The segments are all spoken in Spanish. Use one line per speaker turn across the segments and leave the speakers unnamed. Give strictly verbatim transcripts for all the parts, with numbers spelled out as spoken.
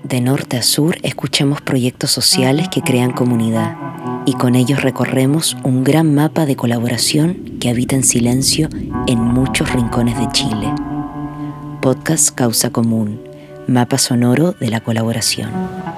De norte a sur escuchamos proyectos sociales que crean comunidad y con ellos recorremos un gran mapa de colaboración que habita en silencio en muchos rincones de Chile. Podcast Causa Común, mapa sonoro de la colaboración.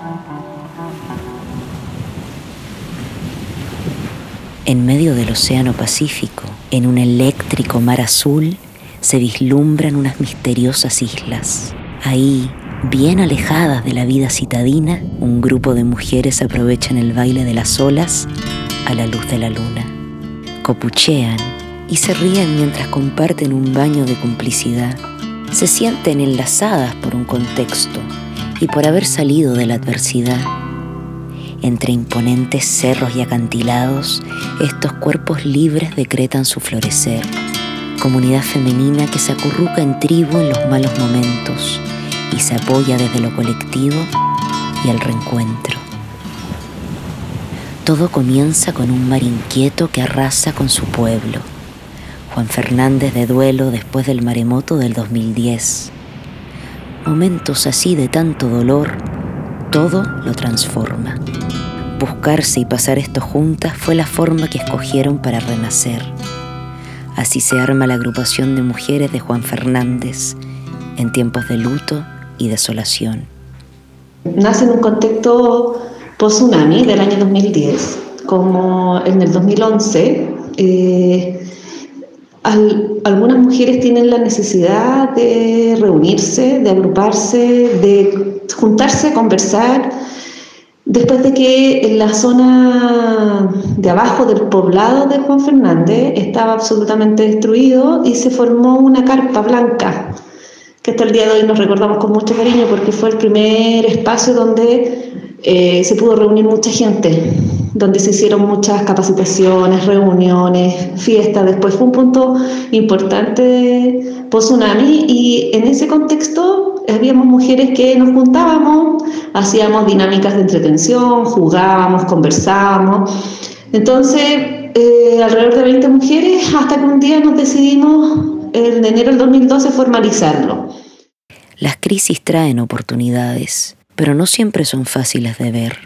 En medio del Océano Pacífico, en un eléctrico mar azul, se vislumbran unas misteriosas islas. Ahí, bien alejadas de la vida citadina, un grupo de mujeres aprovechan el baile de las olas a la luz de la luna. Copuchean y se ríen mientras comparten un baño de complicidad. Se sienten enlazadas por un contexto y por haber salido de la adversidad. Entre imponentes cerros y acantilados, estos cuerpos libres decretan su florecer. Comunidad femenina que se acurruca en tribu en los malos momentos y se apoya desde lo colectivo y el reencuentro. Todo comienza con un mar inquieto que arrasa con su pueblo. Juan Fernández de duelo después del maremoto del dos mil diez. Momentos así de tanto dolor, todo lo transforma. Buscarse y pasar esto juntas fue la forma que escogieron para renacer. Así se arma la agrupación de mujeres de Juan Fernández en tiempos de luto y desolación.
Nace en un contexto post-tsunami del año dos mil diez, como en el dos mil once. Eh, al, algunas mujeres tienen la necesidad de reunirse, de agruparse, de juntarse, conversar, después de que en la zona de abajo del poblado de Juan Fernández estaba absolutamente destruido y se formó una carpa blanca, que hasta el día de hoy nos recordamos con mucho cariño porque fue el primer espacio donde eh, se pudo reunir mucha gente, donde se hicieron muchas capacitaciones, reuniones, fiestas. Después fue un punto importante post-tsunami y en ese contexto habíamos mujeres que nos juntábamos, hacíamos dinámicas de entretención, jugábamos, conversábamos. Entonces, eh, alrededor de veinte mujeres, hasta que un día nos decidimos en enero del dos mil doce formalizarlo.
Las crisis traen oportunidades, pero no siempre son fáciles de ver.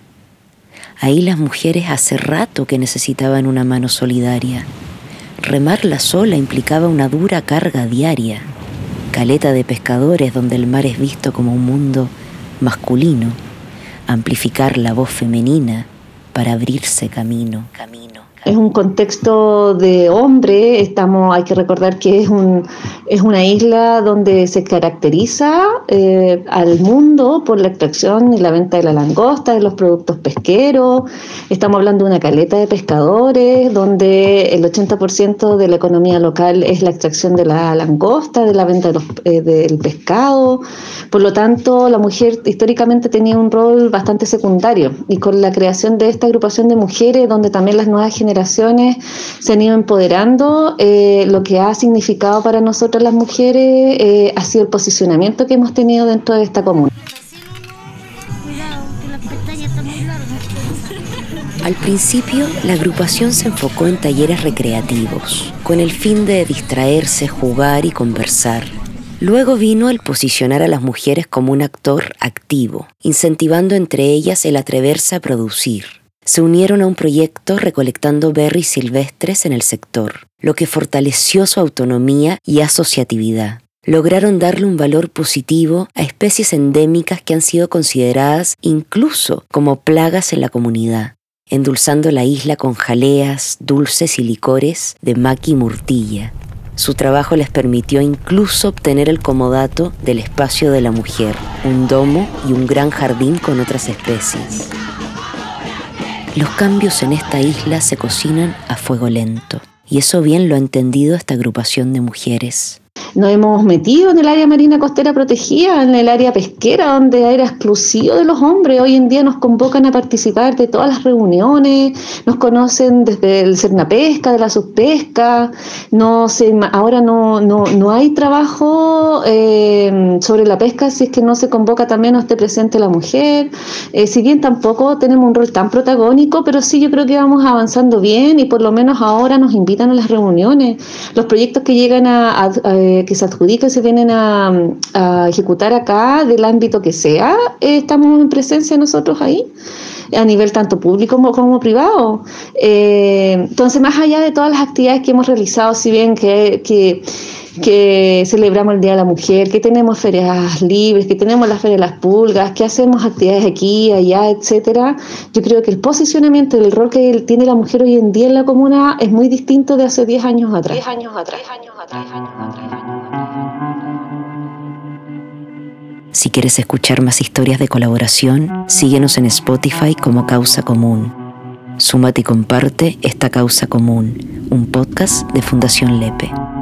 Ahí las mujeres hace rato que necesitaban una mano solidaria. Remarla sola implicaba una dura carga diaria. Caleta de pescadores donde el mar es visto como un mundo masculino. Amplificar la voz femenina para abrirse camino, camino.
Es un contexto de hombre, estamos, hay que recordar que es, un, es una isla donde se caracteriza eh, al mundo por la extracción y la venta de la langosta, de los productos pesqueros. Estamos hablando de una caleta de pescadores, donde el ochenta por ciento de la economía local es la extracción de la langosta, de la venta de los, eh, del pescado. Por lo tanto, la mujer históricamente tenía un rol bastante secundario, y con la creación de esta agrupación de mujeres, donde también las nuevas generaciones generaciones se han ido empoderando, eh, lo que ha significado para nosotras las mujeres eh, ha sido el posicionamiento que hemos tenido dentro de esta comuna.
Al principio, la agrupación se enfocó en talleres recreativos, con el fin de distraerse, jugar y conversar. Luego vino el posicionar a las mujeres como un actor activo, incentivando entre ellas el atreverse a producir. Se unieron a un proyecto recolectando berries silvestres en el sector, lo que fortaleció su autonomía y asociatividad. Lograron darle un valor positivo a especies endémicas que han sido consideradas incluso como plagas en la comunidad, endulzando la isla con jaleas, dulces y licores de maqui y murtilla. Su trabajo les permitió incluso obtener el comodato del espacio de la mujer, un domo y un gran jardín con otras especies. Los cambios en esta isla se cocinan a fuego lento, y eso bien lo ha entendido esta agrupación de mujeres.
Nos hemos metido en el área marina costera protegida, en el área pesquera, donde era exclusivo de los hombres. Hoy en día nos convocan a participar de todas las reuniones, nos conocen desde el Cernapesca, de la subpesca. No se, ahora no, no, no hay trabajo eh, sobre la pesca si es que no se convoca también o esté presente la mujer. Eh, si bien tampoco tenemos un rol tan protagónico, pero sí yo creo que vamos avanzando bien y por lo menos ahora nos invitan a las reuniones. Los proyectos que llegan a, a, a que, que se adjudican, se vienen a, a ejecutar acá, del ámbito que sea, eh, estamos en presencia nosotros ahí, a nivel tanto público como, como privado. Eh, entonces, más allá de todas las actividades que hemos realizado, si bien que, que, que celebramos el Día de la Mujer, que tenemos ferias libres, que tenemos la Feria de las Pulgas, que hacemos actividades aquí, allá, etcétera, yo creo que el posicionamiento del rol que tiene la mujer hoy en día en la comuna es muy distinto de hace diez años atrás. diez años atrás, años atrás, años atrás.
Si quieres escuchar más historias de colaboración, síguenos en Spotify como Causa Común. Súmate y comparte esta Causa Común, un podcast de Fundación Lepe.